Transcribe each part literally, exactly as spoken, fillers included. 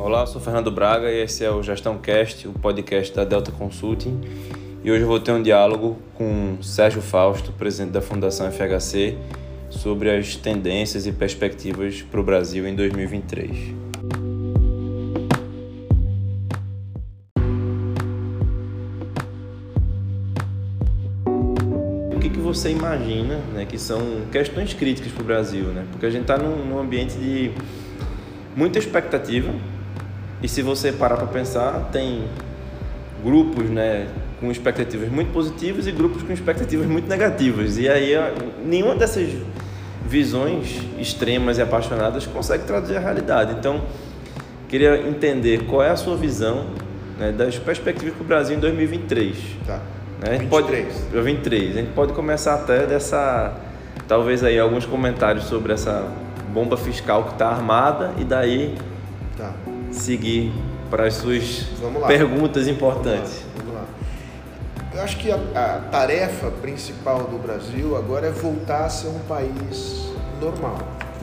Olá, eu sou Fernando Braga e esse é o Gestão Cast, o podcast da Delta Consulting. E hoje eu vou ter um diálogo com Sérgio Fausto, presidente da Fundação F H C, sobre as tendências e perspectivas para o Brasil em dois mil e vinte e três. O que, que você imagina, né, que são questões críticas para o Brasil, né? Porque a gente está num, num ambiente de muita expectativa. E se você parar para pensar, tem grupos, né, com expectativas muito positivas e grupos com expectativas muito negativas. E aí nenhuma dessas visões extremas e apaixonadas consegue traduzir a realidade. Então, queria entender qual é a sua visão, né, das perspectivas para o Brasil em dois mil e vinte e três. Tá. Né? A gente vinte e três. Pode, vinte e três. A gente pode começar até dessa, talvez aí alguns comentários sobre essa bomba fiscal que está armada e daí... Tá. seguir para as suas Vamos lá. perguntas importantes. Vamos lá. Vamos lá. Eu acho que a, a tarefa principal do Brasil agora é voltar a ser um país normal.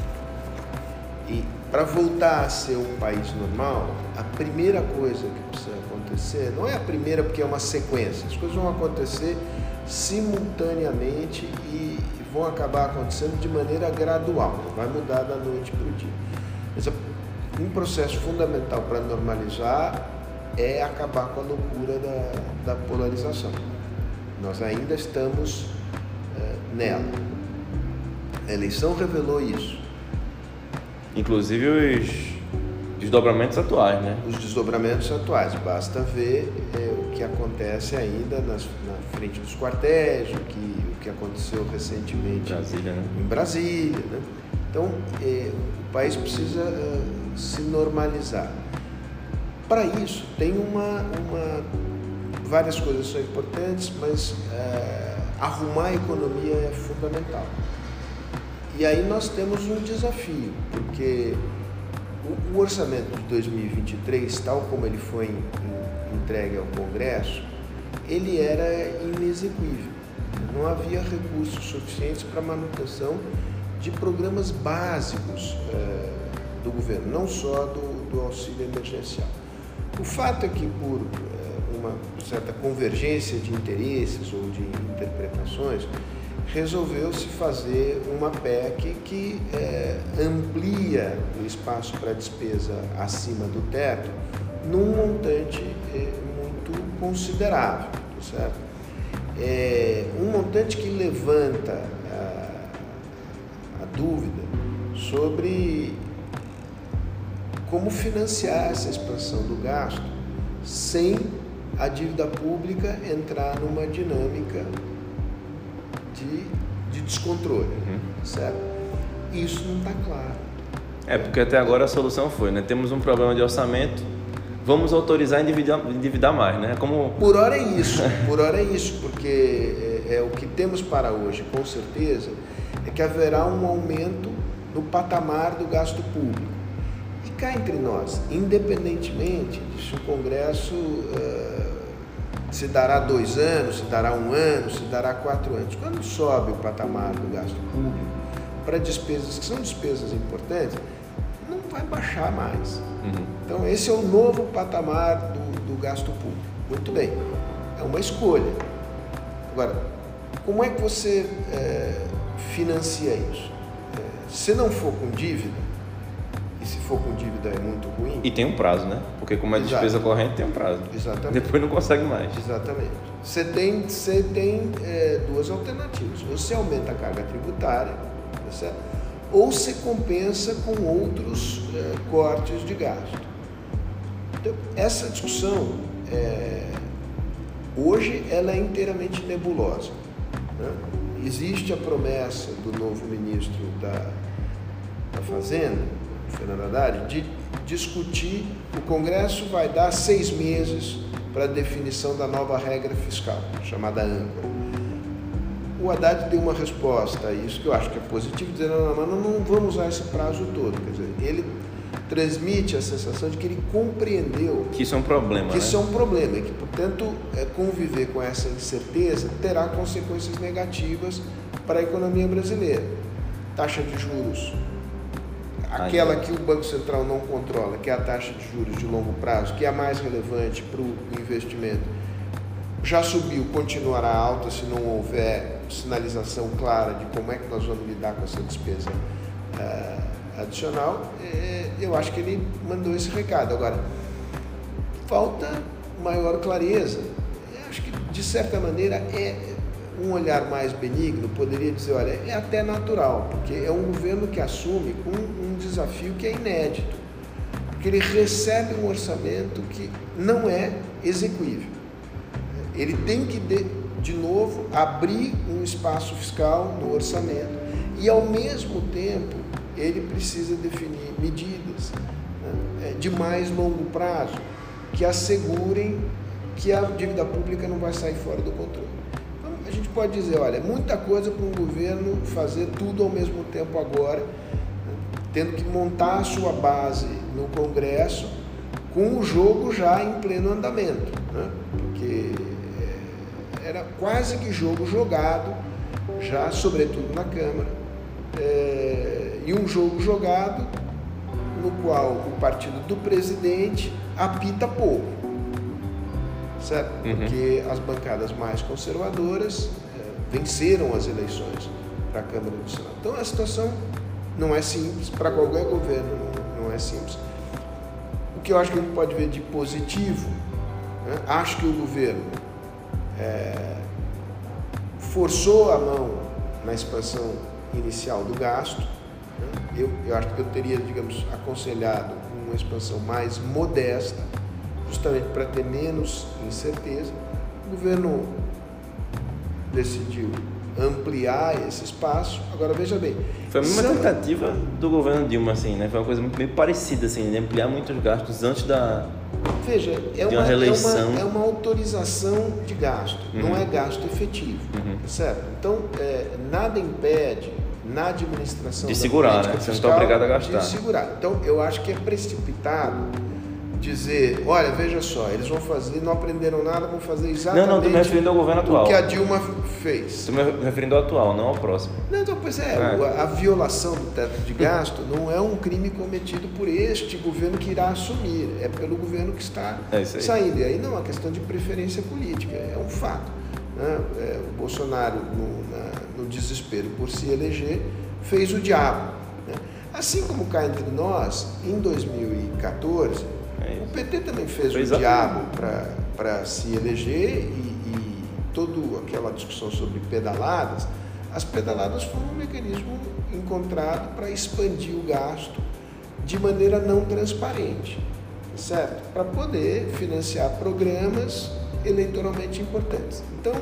E para voltar a ser um país normal, a primeira coisa que precisa acontecer, não é a primeira porque é uma sequência, as coisas vão acontecer simultaneamente e vão acabar acontecendo de maneira gradual, não vai mudar da noite para o dia. Mas a Um processo fundamental para normalizar é acabar com a loucura da, da polarização. Nós ainda estamos é, nela. A eleição revelou isso. Inclusive os desdobramentos atuais, né? Os desdobramentos atuais. Basta ver é, o que acontece ainda nas, na frente dos quartéis, o que, o que aconteceu recentemente Brasília, né? em Brasília. Né? Então, é, o país precisa... É, se normalizar. Para isso, tem uma, uma... várias coisas são importantes, mas é, arrumar a economia é fundamental. E aí nós temos um desafio, porque o, o orçamento de dois mil e vinte e três, tal como ele foi em, entregue ao Congresso, ele era inexequível. Não havia recursos suficientes para a manutenção de programas básicos é, do governo, não só do, do auxílio emergencial. O fato é que, por é, uma certa convergência de interesses ou de interpretações, resolveu-se fazer uma P E C que é, amplia o espaço para despesa acima do teto num montante é, muito considerável, certo? É, um montante que levanta a, a dúvida sobre como financiar essa expansão do gasto sem a dívida pública entrar numa dinâmica de, de descontrole, uhum. Certo? Isso não está claro. É, porque até agora a solução foi, né? Temos um problema de orçamento, vamos autorizar endividar, endividar mais, né? Como... Por hora é isso, por hora é isso, porque é, é o que temos para hoje, com certeza, é que haverá um aumento no patamar do gasto público. Cá entre nós, independentemente de se o Congresso uh, se dará dois anos, se dará um ano, se dará quatro anos, quando sobe o patamar do gasto público para despesas que são despesas importantes, não vai baixar mais. Uhum. Então esse é o novo patamar do, do gasto público. Muito bem, é uma escolha. Agora, como é que você é, financia isso? É, se não for com dívida, e se for com dívida é muito ruim. E tem um prazo, né? Porque como é Exato. Despesa corrente, tem um prazo. Exatamente. Depois não consegue mais. Exatamente. Você tem, você tem é, duas alternativas. Ou você aumenta a carga tributária, tá certo? Ou você compensa com outros é, cortes de gasto. Então, essa discussão, é, hoje, ela é inteiramente nebulosa. Né? Existe a promessa do novo ministro da, da Fazenda, Fernando Haddad, de discutir, o Congresso vai dar seis meses para a definição da nova regra fiscal, chamada âncora. O Haddad deu uma resposta a isso, que eu acho que é positivo, dizendo, não, mas não vamos usar esse prazo todo. Quer dizer, ele transmite a sensação de que ele compreendeu que isso é um problema, que né? isso é um problema e que, portanto, é, conviver com essa incerteza terá consequências negativas para a economia brasileira. Taxa de juros aquela que o Banco Central não controla, que é a taxa de juros de longo prazo, que é a mais relevante para o investimento, já subiu, continuará alta se não houver sinalização clara de como é que nós vamos lidar com essa despesa uh, adicional. É, eu acho que ele mandou esse recado. Agora, falta maior clareza. Eu acho que, de certa maneira, é um olhar mais benigno, poderia dizer, olha, é até natural, porque é um governo que assume com um desafio que é inédito, porque ele recebe um orçamento que não é execuível. Ele tem que, de, de novo, abrir um espaço fiscal no orçamento e, ao mesmo tempo, ele precisa definir medidas, né, de mais longo prazo que assegurem que a dívida pública não vai sair fora do controle. Então, a gente pode dizer, olha, muita coisa para um governo fazer tudo ao mesmo tempo agora, né, tendo que montar a sua base no Congresso com o jogo já em pleno andamento, né, porque era quase que jogo jogado, já sobretudo na Câmara, é, e um jogo jogado no qual o partido do presidente apita pouco, certo? Uhum. Porque as bancadas mais conservadoras é, venceram as eleições para a Câmara e do Senado. Então a situação não é simples, para qualquer governo não, não é simples. O que eu acho que a gente pode ver de positivo, né? Acho que o governo É, forçou a mão na expansão inicial do gasto, né? eu, eu acho que eu teria, digamos, aconselhado uma expansão mais modesta, justamente para ter menos incerteza. O governo decidiu ampliar esse espaço. Agora, veja bem... Foi a mesma são... tentativa do governo Dilma, assim, né? Foi uma coisa meio parecida, assim, de ampliar muitos gastos antes da... Veja, é uma, é, uma, é uma autorização de gasto, uhum. não é gasto efetivo, uhum. certo? Então, é, nada impede na administração de segurar, né? Você não está obrigado a gastar. De segurar. Então, eu acho que é precipitado dizer, olha, veja só, eles vão fazer, não aprenderam nada, vão fazer exatamente... Não, não, estou me referindo ao governo atual. O que a Dilma fez. Estou me referindo ao atual, não ao próximo. Não, então, pois é, ah. a, a violação do teto de gasto não é um crime cometido por este governo que irá assumir, é pelo governo que está é saindo. E aí não é uma questão de preferência política, é um fato. Né? É, o Bolsonaro, no, na, no desespero por se eleger, fez o diabo. Né? Assim como cá entre nós, em dois mil e quatorze... É o P T também fez Foi o exatamente. diabo para se eleger e, e toda aquela discussão sobre pedaladas, as pedaladas foram um mecanismo encontrado para expandir o gasto de maneira não transparente, certo? Para poder financiar programas eleitoralmente importantes. Então,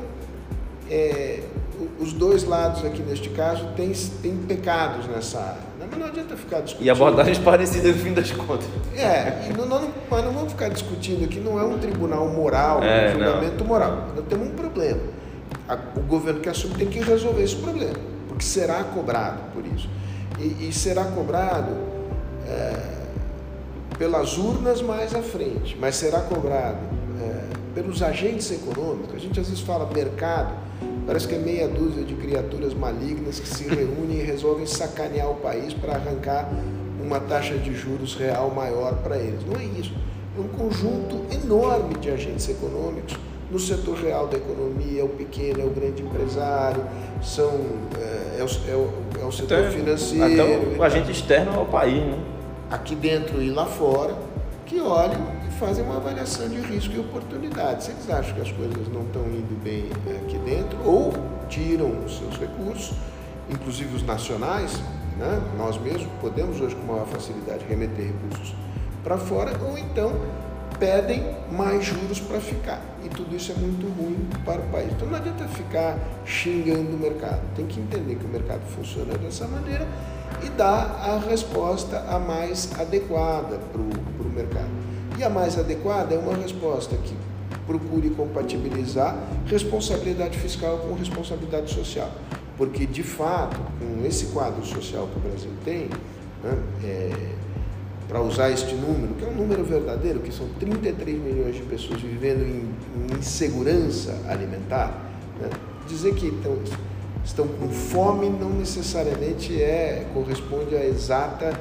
é, os dois lados aqui neste caso têm, têm pecados nessa área. Mas não adianta ficar discutindo. E abordagens parecidas no fim das contas. É, e não, não, mas não vamos ficar discutindo aqui, não é um tribunal moral, é, um julgamento não. moral. Nós temos um problema. A, o governo que assume tem que resolver esse problema, porque será cobrado por isso. E, e será cobrado é, pelas urnas mais à frente, mas será cobrado é, pelos agentes econômicos. A gente às vezes fala mercado, parece que é meia dúzia de criaturas malignas que se reúnem e resolvem sacanear o país para arrancar uma taxa de juros real maior para eles. Não é isso. É um conjunto enorme de agentes econômicos no setor real da economia, é o pequeno, é o grande empresário, são, é, é, o, é, o, é o setor até, financeiro. Até o, o agente externo ao país, né? Aqui dentro e lá fora, que olham e fazem uma avaliação de risco e oportunidade. Se eles acham que as coisas não estão indo bem aqui dentro, ou tiram os seus recursos, inclusive os nacionais, né? Nós mesmos podemos hoje com maior facilidade remeter recursos para fora, ou então pedem mais juros para ficar. E tudo isso é muito ruim para o país. Então não adianta ficar xingando o mercado. Tem que entender que o mercado funciona dessa maneira e dar a resposta a mais adequada para o mercado. E a mais adequada é uma resposta que procure compatibilizar responsabilidade fiscal com responsabilidade social. Porque, de fato, com esse quadro social que o Brasil tem, né, é, para usar este número, que é um número verdadeiro, que são trinta e três milhões de pessoas vivendo em, em insegurança alimentar, né, dizer que então, estão com fome não necessariamente é, corresponde à exata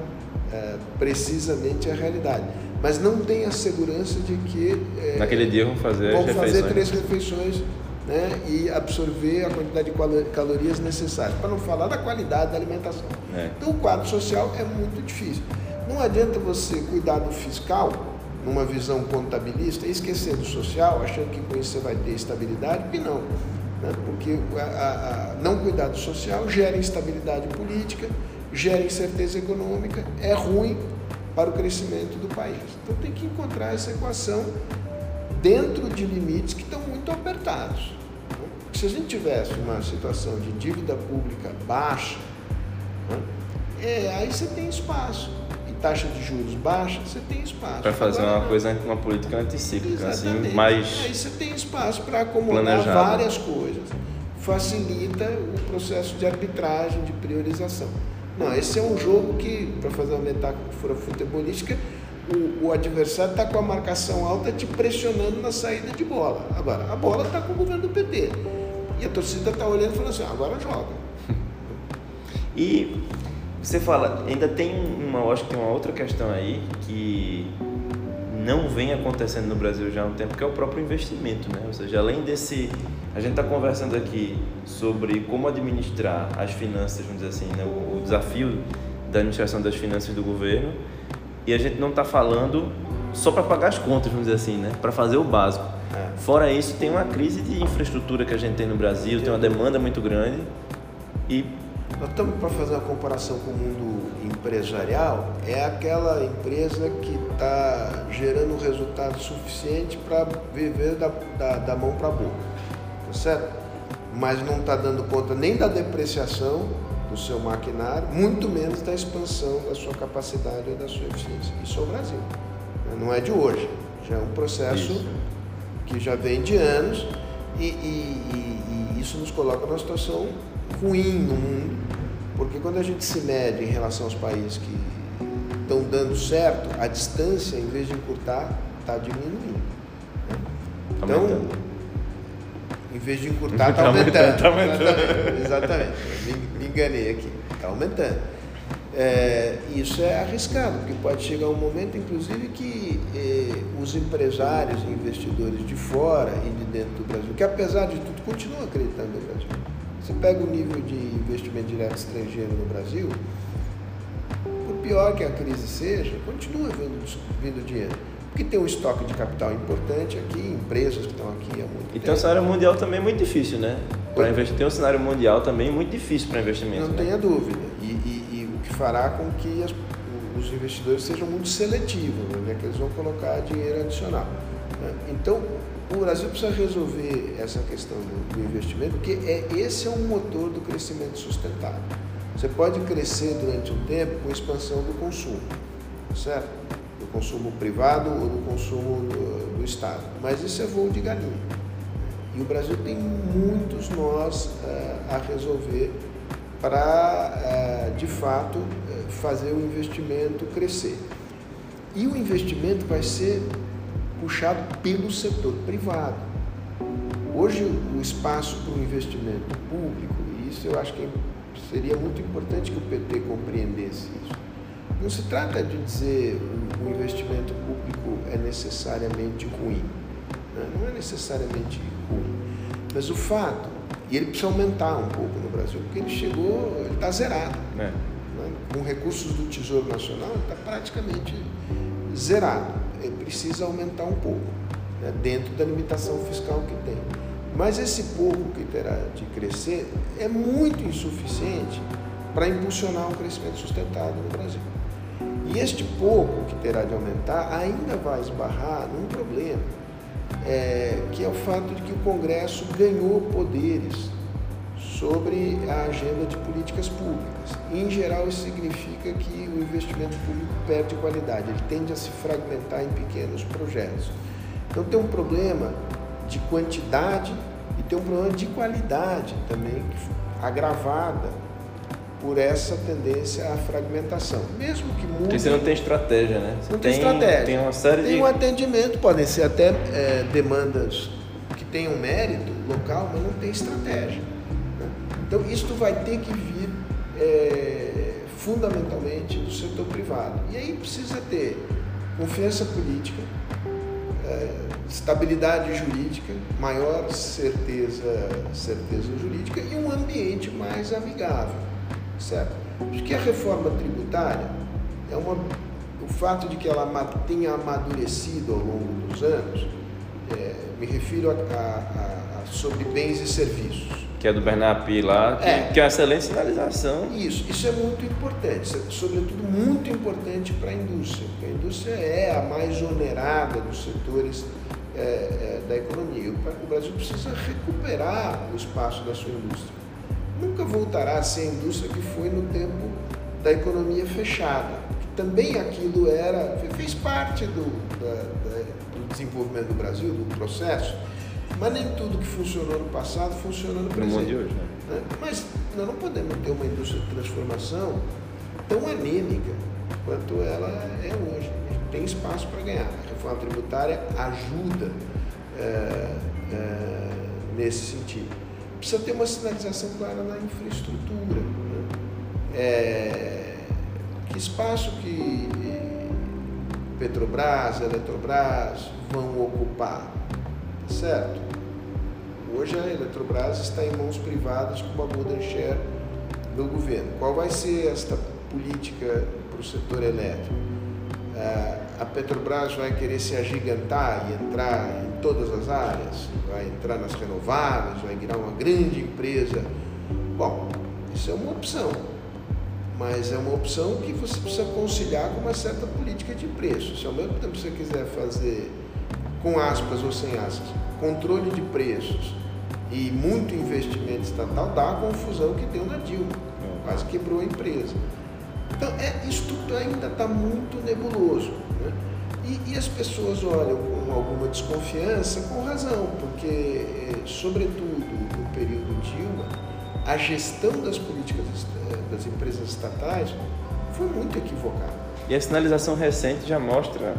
é, precisamente a realidade. Mas não tem a segurança de que é, naquele dia vão fazer, vão as fazer refeições. três refeições, né, e absorver a quantidade de calorias necessárias, para não falar da qualidade da alimentação. É. Então o quadro social é muito difícil. Não adianta você cuidar do fiscal numa visão contabilista e esquecer do social, achando que com isso você vai ter estabilidade, porque não. Né? Porque a, a, a não cuidar do social gera instabilidade política, gera incerteza econômica, é ruim para o crescimento do país. Então tem que encontrar essa equação dentro de limites que estão muito apertados. Porque se a gente tivesse uma situação de dívida pública baixa, né, é, aí você tem espaço. E taxa de juros baixa, você tem espaço. Para fazer Agora, uma coisa, uma política anticíclica, exatamente, assim, mais aí você tem espaço para acomodar planejado. Várias coisas. Facilita o processo de arbitragem, de priorização. Não, esse é um jogo que, para fazer uma metáfora futebolística, o, o adversário está com a marcação alta te pressionando na saída de bola. Agora, a bola está com o governo do P T. E a torcida está olhando e falando assim, agora joga. E você fala, ainda tem uma, eu acho que tem uma outra questão aí que não vem acontecendo no Brasil já há um tempo, que é o próprio investimento, né? Ou seja, além desse... A gente está conversando aqui sobre como administrar as finanças, vamos dizer assim, né? o, o desafio da administração das finanças do governo, e a gente não está falando só para pagar as contas, vamos dizer assim, né? Para fazer o básico. É. Fora isso, tem uma crise de infraestrutura que a gente tem no Brasil, tem uma demanda muito grande e... Nós estamos para fazer uma comparação com o mundo empresarial, é aquela empresa que está gerando resultado suficiente para viver da, da, da mão para a boca, tá certo? Mas não está dando conta nem da depreciação do seu maquinário, muito menos da expansão da sua capacidade ou da sua eficiência. Isso é o Brasil, não é de hoje, já é um processo isso. que já vem de anos e, e, e, e isso nos coloca numa situação ruim no mundo, porque quando a gente se mede em relação aos países que estão dando certo, a distância, em vez de encurtar, está diminuindo. Né? Então, aumentando. Em vez de encurtar, está aumentando. Tá aumentando. Exatamente, exatamente. Me, me enganei aqui. Está aumentando. É, isso é arriscado, porque pode chegar um momento, inclusive, que eh, os empresários e investidores de fora e de dentro do Brasil, que apesar de tudo, continuam acreditando no Brasil. Você pega o nível de investimento direto estrangeiro no Brasil, por pior que a crise seja, continua vindo, vindo dinheiro. Porque tem um estoque de capital importante aqui, empresas que estão aqui há muito tempo. E tem um cenário mundial também muito difícil, né? Para investir, tem um cenário mundial também muito difícil para investimento. Não né? tenha dúvida. E, e, e o que fará com que as, os investidores sejam muito seletivos, né? Que eles vão colocar dinheiro adicional. Né? Então, o Brasil precisa resolver essa questão do, do investimento, porque é, esse é um motor do crescimento sustentável. Você pode crescer durante um tempo com expansão do consumo, certo? Do consumo privado ou do consumo do, do Estado. Mas isso é voo de galinha. E o Brasil tem muitos nós uh, a resolver para, uh, de fato, uh, fazer o investimento crescer. E o investimento vai ser puxado pelo setor privado. Hoje, o espaço para o investimento público, e isso eu acho que seria muito importante que o P T compreendesse isso. Não se trata de dizer que o investimento público é necessariamente ruim. Não é necessariamente ruim. Mas o fato, e ele precisa aumentar um pouco no Brasil, porque ele chegou, ele está zerado. É. Né? Com recursos do Tesouro Nacional, ele está praticamente zerado. Ele precisa aumentar um pouco, né, dentro da limitação fiscal que tem. Mas esse pouco que terá de crescer é muito insuficiente para impulsionar um crescimento sustentável no Brasil. E este pouco que terá de aumentar ainda vai esbarrar num problema, é, que é o fato de que o Congresso ganhou poderes sobre a agenda de políticas públicas. E, em geral, isso significa que o investimento público perde qualidade, ele tende a se fragmentar em pequenos projetos. Então tem um problema de quantidade e tem um problema de qualidade também, agravada por essa tendência à fragmentação. Mesmo que mude... Porque você não tem estratégia, né? Você não tem, tem estratégia. Tem uma série tem de... um atendimento, podem ser até é, demandas que tenham mérito local, mas não tem estratégia. Né? Então, isso vai ter que vir é, fundamentalmente do setor privado. E aí precisa ter confiança política, é, estabilidade jurídica, maior certeza, certeza jurídica e um ambiente mais amigável, certo? Porque a reforma tributária é uma, o fato de que ela tenha amadurecido ao longo dos anos, é, me refiro a, a, a sobre bens e serviços. Que é do Bernard lá, que é, que é uma excelente sinalização. Isso, isso é muito importante, isso é, sobretudo muito importante para a indústria, porque a indústria é a mais onerada dos setores é, é, da economia. O Brasil precisa recuperar o espaço da sua indústria. Nunca voltará a ser a indústria que foi no tempo da economia fechada, que também aquilo era, fez parte do, da, da, do desenvolvimento do Brasil, do processo. Mas nem tudo que funcionou no passado funciona no presente. No mundo de hoje, né? Mas nós não podemos ter uma indústria de transformação tão anêmica quanto ela é hoje. Tem espaço para ganhar. A reforma tributária ajuda é, é, nesse sentido. Precisa ter uma sinalização clara na infraestrutura. Né? É, que espaço que Petrobras, Eletrobras vão ocupar? Certo? Hoje a Eletrobras está em mãos privadas com uma golden share do governo. Qual vai ser esta política para o setor elétrico? A Petrobras vai querer se agigantar e entrar em todas as áreas? Vai entrar nas renováveis? Vai virar uma grande empresa? Bom, isso é uma opção, mas é uma opção que você precisa conciliar com uma certa política de preço. Se ao mesmo tempo você quiser fazer, com aspas ou sem aspas, controle de preços e muito investimento estatal, dá a confusão que deu na Dilma, quase quebrou a empresa. Então, é, isso tudo ainda está muito nebuloso, né? E, e as pessoas olham com alguma desconfiança, com razão, porque, sobretudo no período Dilma, a gestão das políticas das empresas estatais foi muito equivocada. E a sinalização recente já mostra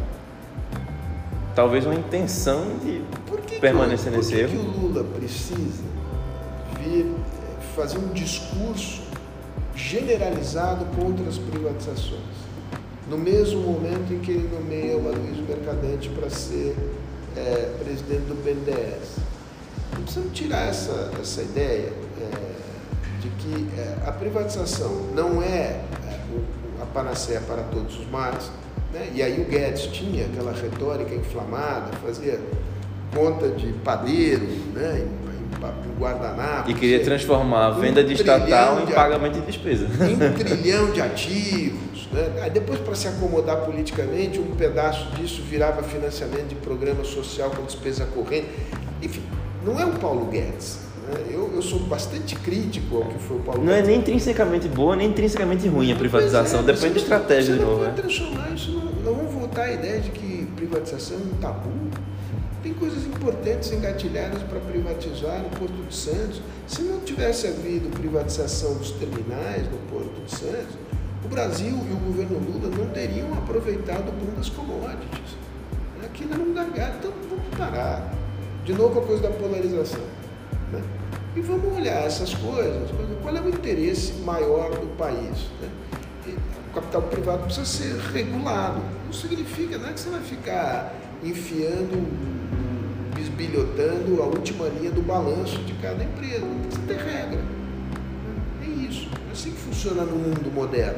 talvez uma intenção de que permanecer que, nesse por erro. Por que o Lula precisa vir fazer um discurso generalizado contra as privatizações, no mesmo momento em que ele nomeia o Aloysio Mercadante para ser é, presidente do B N D E S? Precisamos tirar essa, essa ideia é, de que é, a privatização não é, é a panaceia para todos os males. Né? E aí o Guedes tinha aquela retórica inflamada, fazia conta de padeiro, né? em, em guardanapo. E queria transformar a venda um de estatal em de pagamento de despesa. Em um trilhão de ativos. Né? Aí depois, para se acomodar politicamente, um pedaço disso virava financiamento de programa social com despesa corrente. Enfim, não é o Paulo Guedes. Né? Eu, eu sou bastante crítico ao que foi o Paulo não Guedes. Não é nem intrinsecamente boa, nem intrinsecamente ruim a privatização. É, depende de estratégia, de novo. Você não pode transformar isso. Não, não vamos voltar à ideia de que privatização é um tabu. Tem coisas importantes engatilhadas para privatizar no Porto de Santos. Se não tivesse havido privatização dos terminais no Porto de Santos, o Brasil e o governo Lula não teriam aproveitado o boom das commodities. Aquilo era um gargalo. Então vamos parar. De novo a coisa da polarização. Né? E vamos olhar essas coisas. Qual é o interesse maior do país? Né? O capital privado precisa ser regulado. Não significa, não é que você vai ficar enfiando, bisbilhotando a última linha do balanço de cada empresa. Você tem regra. É isso. É assim que funciona no mundo moderno.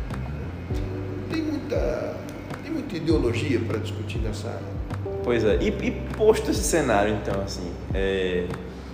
Tem muita, tem muita ideologia para discutir nessa área. Pois é. E, e posto esse cenário, então, assim, é...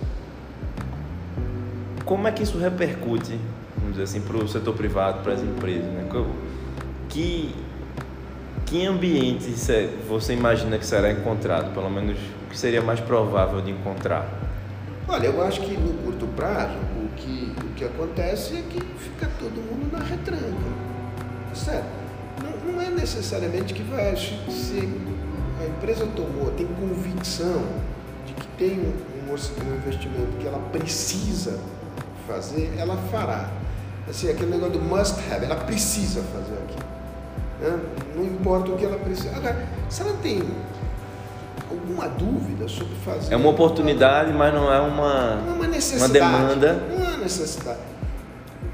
como é que isso repercute, vamos dizer assim, para o setor privado, para as empresas, né? Que Que ambiente você imagina que será encontrado? Pelo menos o que seria mais provável de encontrar? Olha, eu acho que no curto prazo o que, o que acontece é que fica todo mundo na retranca. Certo? Não, não é necessariamente que vai se a empresa tomou, tem convicção de que tem um, um investimento que ela precisa fazer, ela fará. Assim, aquele negócio do must have, ela precisa fazer aquilo. Não importa o que ela precisa. Agora, se ela tem alguma dúvida sobre fazer... É uma oportunidade, uma, mas não é uma, não é uma, necessidade, uma demanda. Não é necessidade.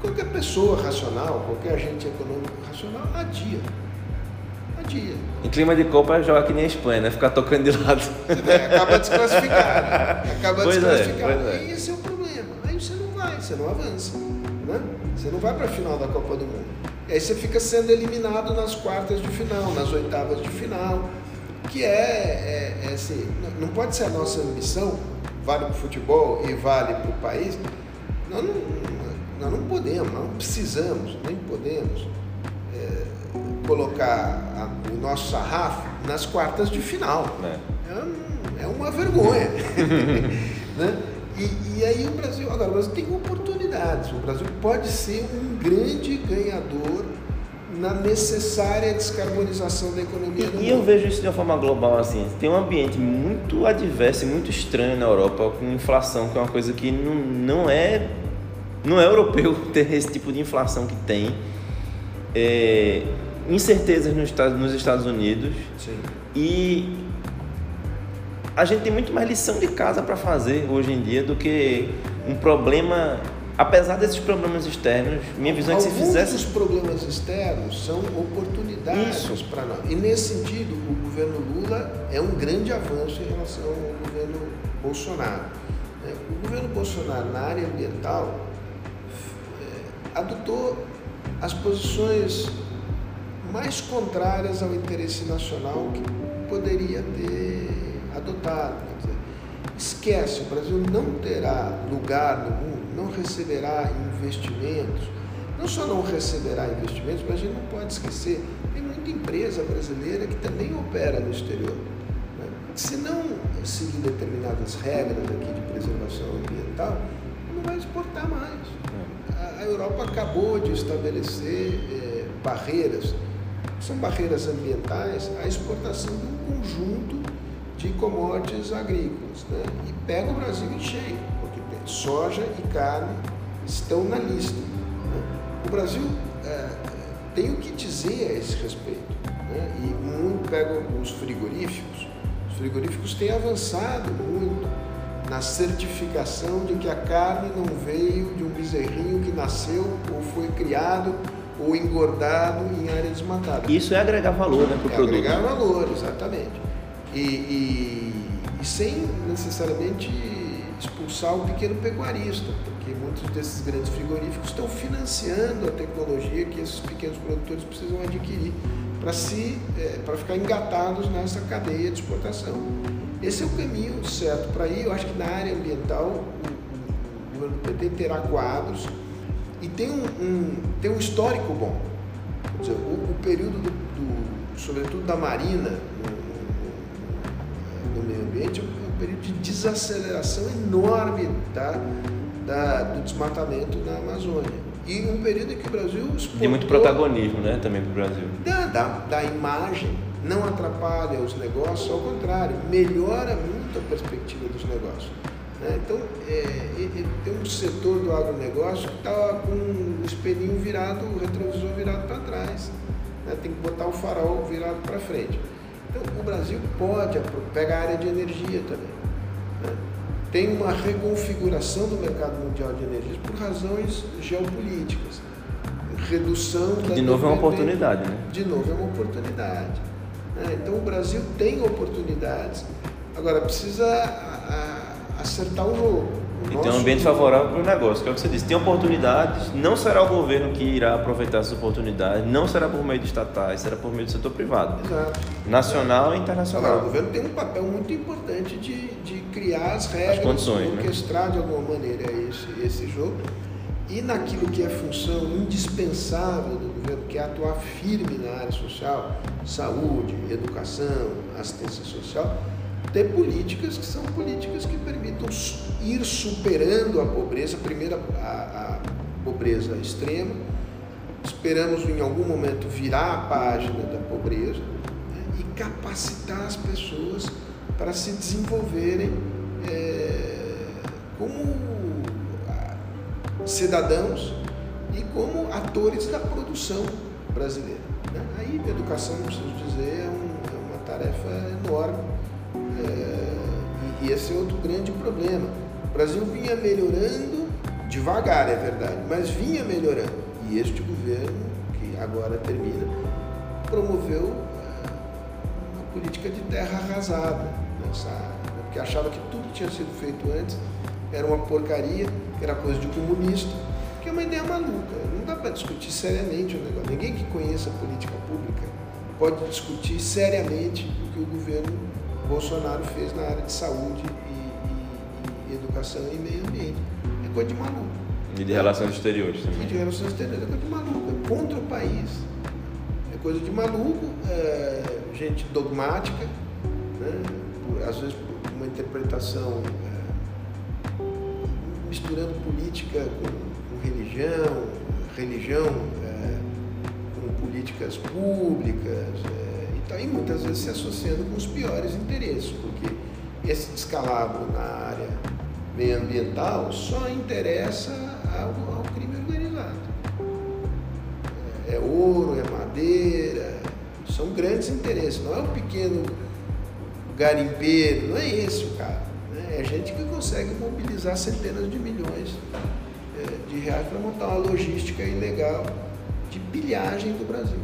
qualquer pessoa racional, qualquer agente econômico racional, adia. Adia. Em clima de Copa, joga que nem a Espanha, né? Ficar tocando de lado. Acaba desclassificado. Acaba pois desclassificado. É, pois é. E esse é o problema. Aí você não vai, você não avança. Né? Você não vai para a final da Copa do Mundo. E aí você fica sendo eliminado nas quartas de final, nas oitavas de final, que é, é, é assim, não pode ser a nossa ambição, vale para o futebol e vale para o país. Nós não, nós não podemos, nós não precisamos, nem podemos é, colocar a, o nosso sarrafo nas quartas de final. É, é, é uma vergonha. Né? E, e aí o Brasil, agora o Brasil tem oportunidades, o Brasil pode ser um grande ganhador na necessária descarbonização da economia do mundo. E eu vejo isso de uma forma global, assim, tem um ambiente muito adverso e muito estranho na Europa, com inflação, que é uma coisa que não, não é não é europeu ter esse tipo de inflação que tem, é, incertezas nos Estados, nos Estados Unidos. Sim. E a gente tem muito mais lição de casa para fazer hoje em dia do que um problema, apesar desses problemas externos. Minha visão é que se fizesse... Alguns dos problemas externos são oportunidades para nós. E nesse sentido, o governo Lula é um grande avanço em relação ao governo Bolsonaro. O governo Bolsonaro, na área ambiental, adotou as posições mais contrárias ao interesse nacional que poderia ter adotado. Quer dizer, esquece, o Brasil não terá lugar no mundo, não receberá investimentos, não só não receberá investimentos, mas a gente não pode esquecer, tem muita empresa brasileira que também opera no exterior. Né? Se não seguir determinadas regras aqui de preservação ambiental, não vai exportar mais. A Europa acabou de estabelecer é, barreiras, são barreiras ambientais, à exportação de um conjunto de commodities agrícolas, né? E pega o Brasil em cheio, porque soja e carne estão na lista. Né? O Brasil é, tem o que dizer a esse respeito. Né? E muito pega os frigoríficos, os frigoríficos têm avançado muito na certificação de que a carne não veio de um bezerrinho que nasceu ou foi criado ou engordado em área desmatada. Isso é agregar valor, né, para o é produto. Agregar valor, exatamente. E, e, e sem necessariamente expulsar o pequeno pecuarista, porque muitos desses grandes frigoríficos estão financiando a tecnologia que esses pequenos produtores precisam adquirir para se, é, para ficar engatados nessa cadeia de exportação. Esse é o caminho certo para ir. Eu acho que na área ambiental o, o governo P T terá quadros e tem um, um, tem um histórico bom. Quer dizer, o, o período, do, do, sobretudo da Marina, no, no meio ambiente, é um período de desaceleração enorme da, da, do desmatamento na Amazônia. E um período em que o Brasil exportou... Tem muito protagonismo, né, também para o Brasil. Da, da, da imagem, não atrapalha os negócios, ao contrário, melhora muito a perspectiva dos negócios. Né? Então, é, é, tem um setor do agronegócio que está com o espelhinho virado, o retrovisor virado para trás. Né? Tem que botar o farol virado para frente. Então, o Brasil pode pegar a área de energia também. Né? Tem uma reconfiguração do mercado mundial de energias por razões geopolíticas. Redução da... De novo é uma oportunidade, né? De novo é uma oportunidade. Né? Então, o Brasil tem oportunidades, agora precisa a, a, acertar o jogo. E tem um ambiente favorável para o negócio, que é o que você disse. Tem oportunidades, não será o governo que irá aproveitar essas oportunidades, não será por meio de estatais, será por meio do setor privado. Exato. Nacional e internacional. Agora, o governo tem um papel muito importante de, de criar as regras, as condições, orquestrar né? de alguma maneira esse, esse jogo. E naquilo que é função indispensável do governo, que é atuar firme na área social, saúde, educação, assistência social, ter políticas que são políticas que permitam ir superando a pobreza, primeiro a, a pobreza extrema, esperamos em algum momento virar a página da pobreza, né, e capacitar as pessoas para se desenvolverem é, como cidadãos e como atores da produção brasileira. Né? Aí a educação, não preciso dizer, é, um, é uma tarefa enorme. É, e, e esse é outro grande problema. O Brasil vinha melhorando devagar, é verdade, mas vinha melhorando. E este governo, que agora termina, promoveu uma política de terra arrasada nessa área, porque achava que tudo que tinha sido feito antes era uma porcaria, que era coisa de comunista, que é uma ideia maluca. Não dá para discutir seriamente o negócio. Ninguém que conheça política pública pode discutir seriamente o que o governo Bolsonaro fez na área de saúde e, e, e educação e meio ambiente. É coisa de maluco. E de relações exteriores também. E de relações exteriores é coisa de maluco, é contra o país. É coisa de maluco, é, gente dogmática, né? Por, às vezes por uma interpretação é, misturando política com, com religião, religião é, com políticas públicas, é, e, tá, e muitas vezes se associando com os piores interesses, porque esse descalabro na área meioambiental só interessa ao, ao crime organizado. É, é ouro, é madeira, são grandes interesses, não é o pequeno garimpeiro, não é esse o cara. Né? É gente que consegue mobilizar centenas de milhões é, de reais para montar uma logística ilegal de pilhagem do Brasil.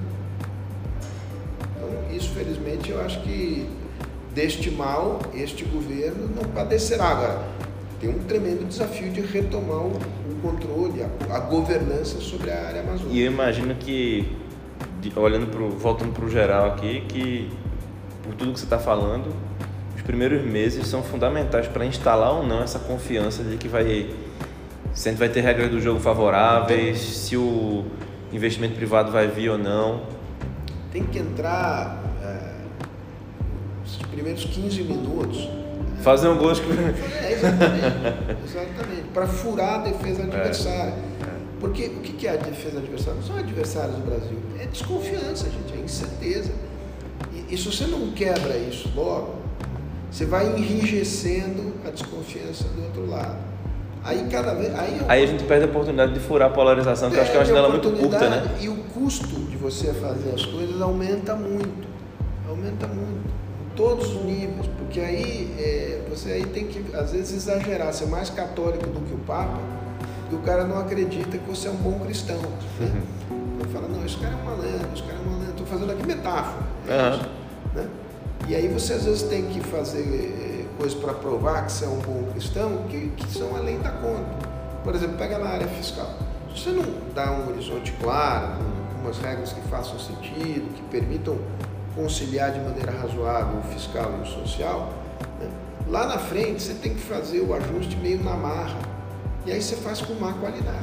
Então, isso, felizmente, eu acho que deste mal, este governo não padecerá. Agora, tem um tremendo desafio de retomar o, o controle, a, a governança sobre a área amazônica. E eu imagino que, de, olhando pro, voltando para o geral aqui, que por tudo que você está falando, os primeiros meses são fundamentais para instalar ou não essa confiança de que vai, se a gente vai ter regras do jogo favoráveis, se o investimento privado vai vir ou não. Tem que entrar é, os primeiros quinze minutos. Fazer um gol. É, exatamente. Exatamente. Para furar a defesa adversária. É, é. Porque o que é a defesa adversária? Não são adversários do Brasil. É desconfiança, gente. É incerteza. E, e se você não quebra isso logo, você vai enrijecendo a desconfiança do outro lado. Aí cada vez. Aí, eu... aí a gente perde a oportunidade de furar a polarização, que eu acho que é uma janela muito curta, né? E o custo de você fazer as coisas aumenta muito. Aumenta muito. Todos os níveis, porque aí é, você aí tem que às vezes exagerar, ser mais católico do que o Papa, e o cara não acredita que você é um bom cristão. Né? Uhum. Então fala, não, esse cara é um malandro, esse cara é um malandro, estou fazendo aqui metáfora. É uhum. isso, né? E aí você às vezes tem que fazer coisas para provar que você é um bom cristão, que, que são além da conta. Por exemplo, pega na área fiscal. Se você não dá um horizonte claro, com umas regras que façam sentido, que permitam conciliar de maneira razoável o fiscal e o social, né? Lá na frente você tem que fazer o ajuste meio na marra, e aí você faz com má qualidade.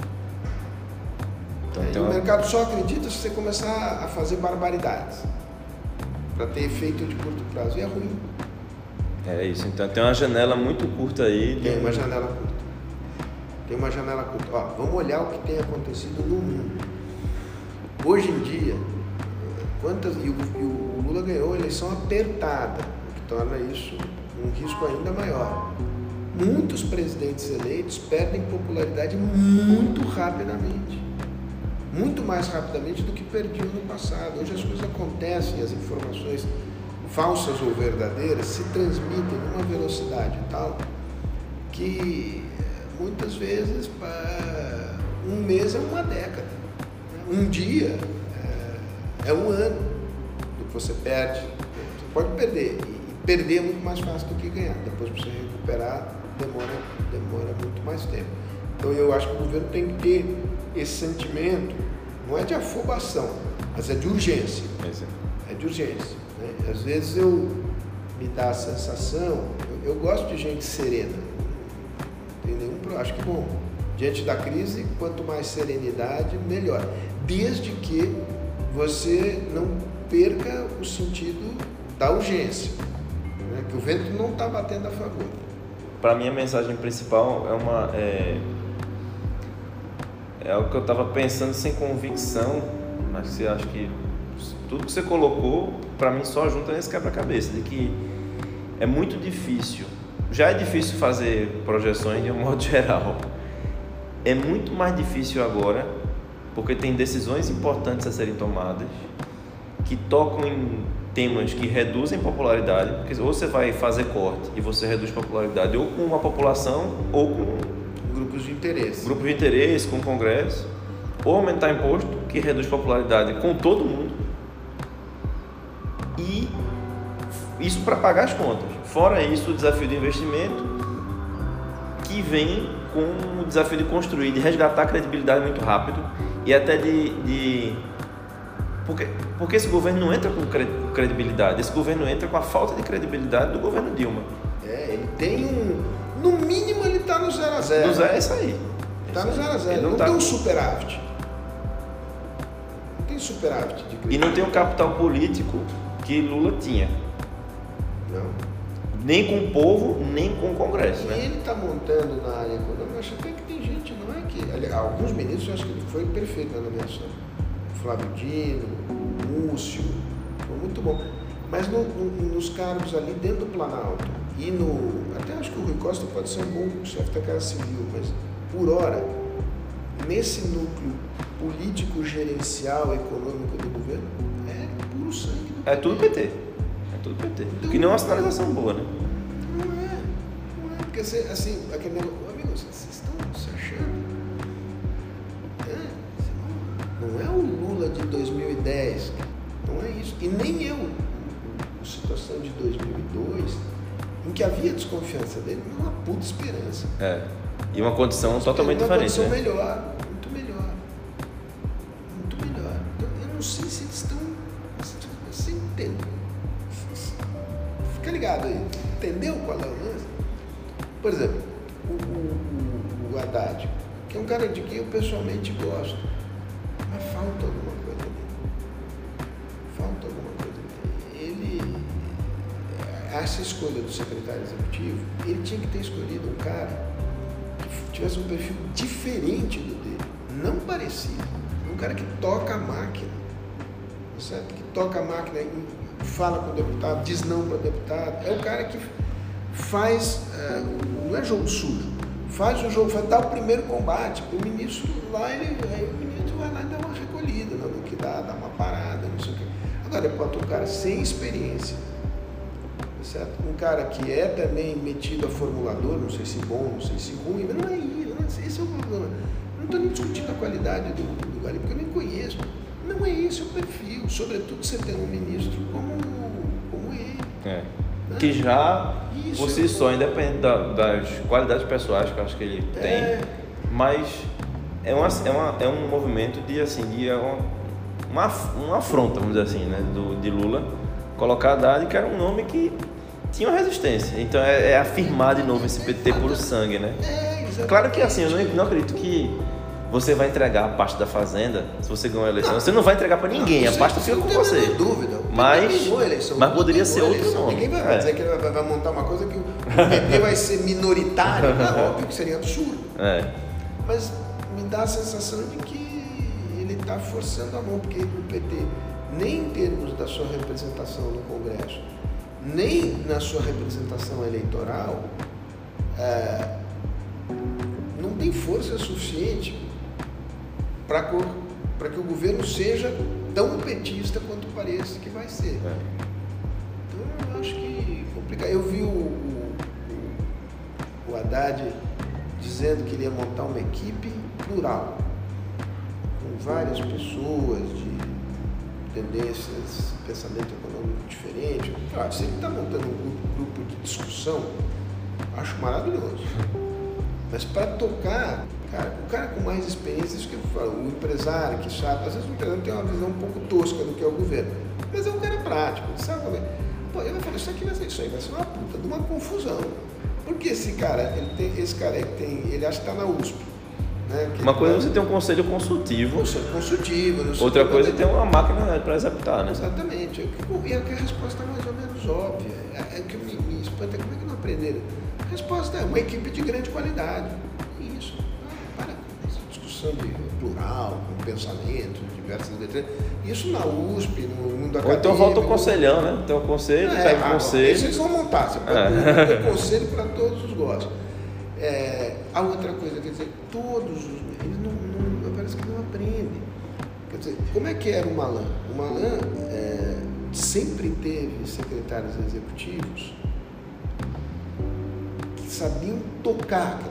Então, é, e o uma... mercado só acredita se você começar a fazer barbaridades para ter efeito de curto prazo, e é ruim. É isso, então tem uma janela muito curta aí. Tem uma janela curta. Tem uma janela curta. Ó, vamos olhar o que tem acontecido no mundo. Hoje em dia, Quantas, e, o, e o Lula ganhou a eleição apertada, o que torna isso um risco ainda maior. Muitos presidentes eleitos perdem popularidade muito rapidamente. Muito mais rapidamente do que perdiam no passado. Hoje as coisas acontecem, as informações falsas ou verdadeiras se transmitem numa velocidade tal que muitas vezes um mês é uma década. Um dia é um ano do que você perde. Você pode perder, e perder é muito mais fácil do que ganhar. Depois, para você recuperar, demora, demora muito mais tempo. Então, eu acho que o governo tem que ter esse sentimento, não é de afobação, mas é de urgência. É de urgência. Né? Às vezes eu me dá a sensação, eu, eu gosto de gente serena, não tem nenhum problema, acho que bom. Diante da crise, quanto mais serenidade, melhor. Desde que você não perca o sentido da urgência, né? Que o vento não está batendo a favor. Para mim, a mensagem principal é uma é, é algo que eu estava pensando sem convicção, mas você acha que tudo que você colocou, para mim, só junta nesse quebra-cabeça, de que é muito difícil, já é difícil fazer projeções de um modo geral, é muito mais difícil agora, porque tem decisões importantes a serem tomadas que tocam em temas que reduzem popularidade, porque ou você vai fazer corte e você reduz popularidade ou com uma população ou com grupos grupos de interesse. Grupos de interesse com o Congresso, ou aumentar imposto, que reduz popularidade com todo mundo, e isso para pagar as contas. Fora isso, o desafio do investimento, que vem com o desafio de construir, de resgatar a credibilidade muito rápido, e até de... de... Porque, porque esse governo não entra com credibilidade, esse governo entra com a falta de credibilidade do governo Dilma. É, ele tem um... No mínimo ele está no zero a zero. No zero é isso aí. Está no zero a zero, não, não tá tem um superávit. Não tem superávit de credibilidade. E não tem o capital político que Lula tinha. Não. Nem com o povo, nem com o Congresso. E né? ele está montando na área econômica, acho até que tem gente, não é que... Aliás, alguns ministros, eu acho que ele foi perfeito na nomeação. Flávio Dino, Múcio, foi muito bom. Mas no, no, nos cargos ali dentro do Planalto e no... Até acho que o Rui Costa pode ser um bom chefe da Casa Civil, mas por hora, nesse núcleo político, gerencial, econômico do governo, é puro sangue do P T. É tudo P T. É tudo P T. Então, que não é uma sinalização boa, né? Não é. Não é. Porque assim, aquele negócio... Amigos, vocês estão se achando... Não é o Lula de dois mil e dez, não é isso. E nem eu, a situação de dois mil e dois, em que havia desconfiança dele, mas uma puta esperança. É. E uma condição totalmente uma diferente. Uma condição né? melhor, muito melhor. Muito melhor. Então, eu não sei se eles estão... Você entende? Fica ligado aí. Entendeu qual é o lance? Por exemplo, o, o, o Haddad, que é um cara de quem eu pessoalmente gosto. Mas falta alguma coisa ali. Falta alguma coisa ali. Ele, essa escolha do secretário executivo, ele tinha que ter escolhido um cara que tivesse um perfil diferente do dele, não parecido. Um cara que toca a máquina, certo? Que toca a máquina, fala com o deputado, diz não para o deputado. É o cara que faz, não é jogo sujo, faz o jogo, faz, dá o primeiro combate. O ministro lá, ele, aí o ministro vai lá e dá uma recolhida, não, no que dá, dá uma parada, não sei o quê. Agora, ele bota um cara sem experiência, certo? Um cara que é também metido a formulador, não sei se bom, não sei se ruim, mas não é isso, não é, esse é o problema. Eu não estou nem discutindo a qualidade do, do Gari, porque eu nem conheço. Não é esse o perfil, sobretudo você tendo um ministro como, como ele. É. Que já, isso, por si só, independente da, das qualidades pessoais que eu acho que ele tem, é. mas é, uma, é, uma, é um movimento de, assim, de uma, uma, uma afronta, vamos dizer assim, né, do, de Lula, colocar Haddad, que era um nome que tinha uma resistência. Então é, é afirmar de novo esse P T puro sangue, né? É, claro que assim, eu não, não acredito que você vai entregar a pasta da Fazenda, se você ganhar a eleição, não, você não vai entregar para ninguém, não, a pasta fica com você. Não dúvida. Mas, eleição, mas poderia ser outro eleição. nome. Ninguém vai é. dizer que ele vai, vai montar uma coisa que o P T vai ser minoritário, é óbvio que seria absurdo. É. Mas me dá a sensação de que ele está forçando a mão, porque o P T, nem em termos da sua representação no Congresso, nem na sua representação eleitoral, é, não tem força suficiente para que o governo seja tão petista quanto parece que vai ser. É. Então, eu acho que é complicado. Eu vi o, o, o Haddad dizendo que ele ia montar uma equipe plural, com várias pessoas de tendências, pensamento econômico diferente. Claro, se ele está montando um grupo, grupo de discussão, acho maravilhoso. Mas para tocar, cara, o cara com mais experiência, isso que eu falo, o empresário que sabe, às vezes o empresário tem uma visão um pouco tosca do que é o governo, mas é um cara prático, sabe como é? Pô, ele vai falar, isso aqui vai ser, isso aí vai ser uma puta de uma confusão. Porque esse cara, ele tem, esse cara ele tem, ele acha que está na U S P. Né? Uma coisa é você ter um conselho consultivo. Conselho consultivo. Outra coisa é ter uma máquina para executar, né? Exatamente. E a resposta é mais ou menos óbvia. É, é que me, me espanta, como é que não aprenderam? A resposta é uma equipe de grande qualidade. Isso. Ah, para com essa discussão de plural, com pensamento, diversas letras. Isso na U S P, no mundo acadêmico. Ou então volta o conselhão, né? Tem o conselho, é, pega o conselho. Isso eles vão montar. Você pode é. ter conselho para todos os gostos. É, a outra coisa, quer dizer, todos os... Eles não, não, parece que não aprendem. Quer dizer, como é que era o Malan? O Malan é, sempre teve secretários executivos que sabiam tocar aquele negócio.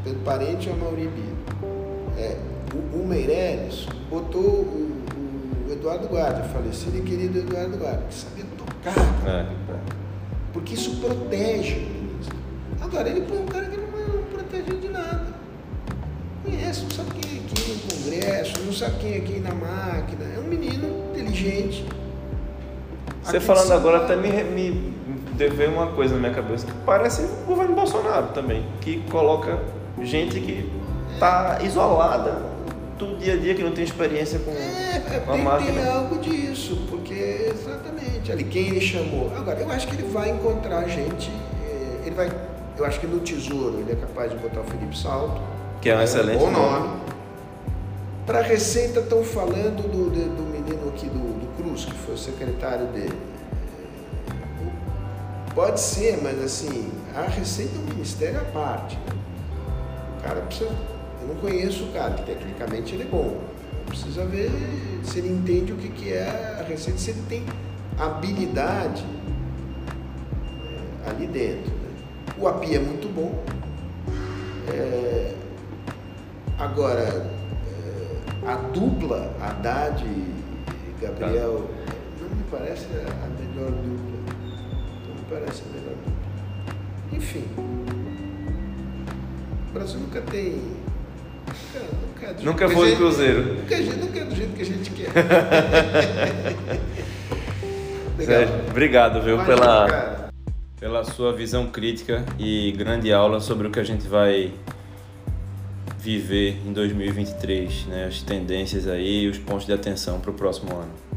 Pedro Parente ou Amaury Bibo. É, o, o Meirelles botou o, o Eduardo Guarda, falecido e querido Eduardo Guarda, que sabia tocar. É. Porque isso protege o ministro. Agora, ele põe um cara que não, não protege de nada. Conhece, não sabe quem é aqui no Congresso, não sabe quem é aqui na máquina. É um menino inteligente. Você falando agora até me, me veio uma coisa na minha cabeça que parece o governo Bolsonaro também, que coloca gente que está isolada do dia a dia, que não tem experiência com é, a tem, máquina. Tem algo disso, porque exatamente, ali quem ele chamou. Agora, eu acho que ele vai encontrar gente, ele vai, eu acho que no Tesouro ele é capaz de botar o Felipe Salto, que é um é excelente um bom nome. nome. Para a Receita estão falando do, do, do menino aqui do, do Cruz, que foi o secretário dele. Pode ser, mas assim, a Receita é um ministério à parte. Né? O cara precisa... Eu não conheço o cara, que tecnicamente ele é bom. Precisa ver se ele entende o que, que é a Receita, se ele tem habilidade é, ali dentro. Né? O A P I é muito bom. É... Agora, é... a dupla, Haddad e Gabriel, tá. não me parece a melhor dupla. Não me parece a melhor dupla. Enfim. O Brasil nunca tem... Nunca, nunca, nunca foi o Cruzeiro. Nunca, nunca é do jeito que a gente quer. Sérgio, obrigado, viu, Imagina, pela, pela sua visão crítica e grande aula sobre o que a gente vai viver em dois mil e vinte e três, né? As tendências aí e os pontos de atenção para o próximo ano.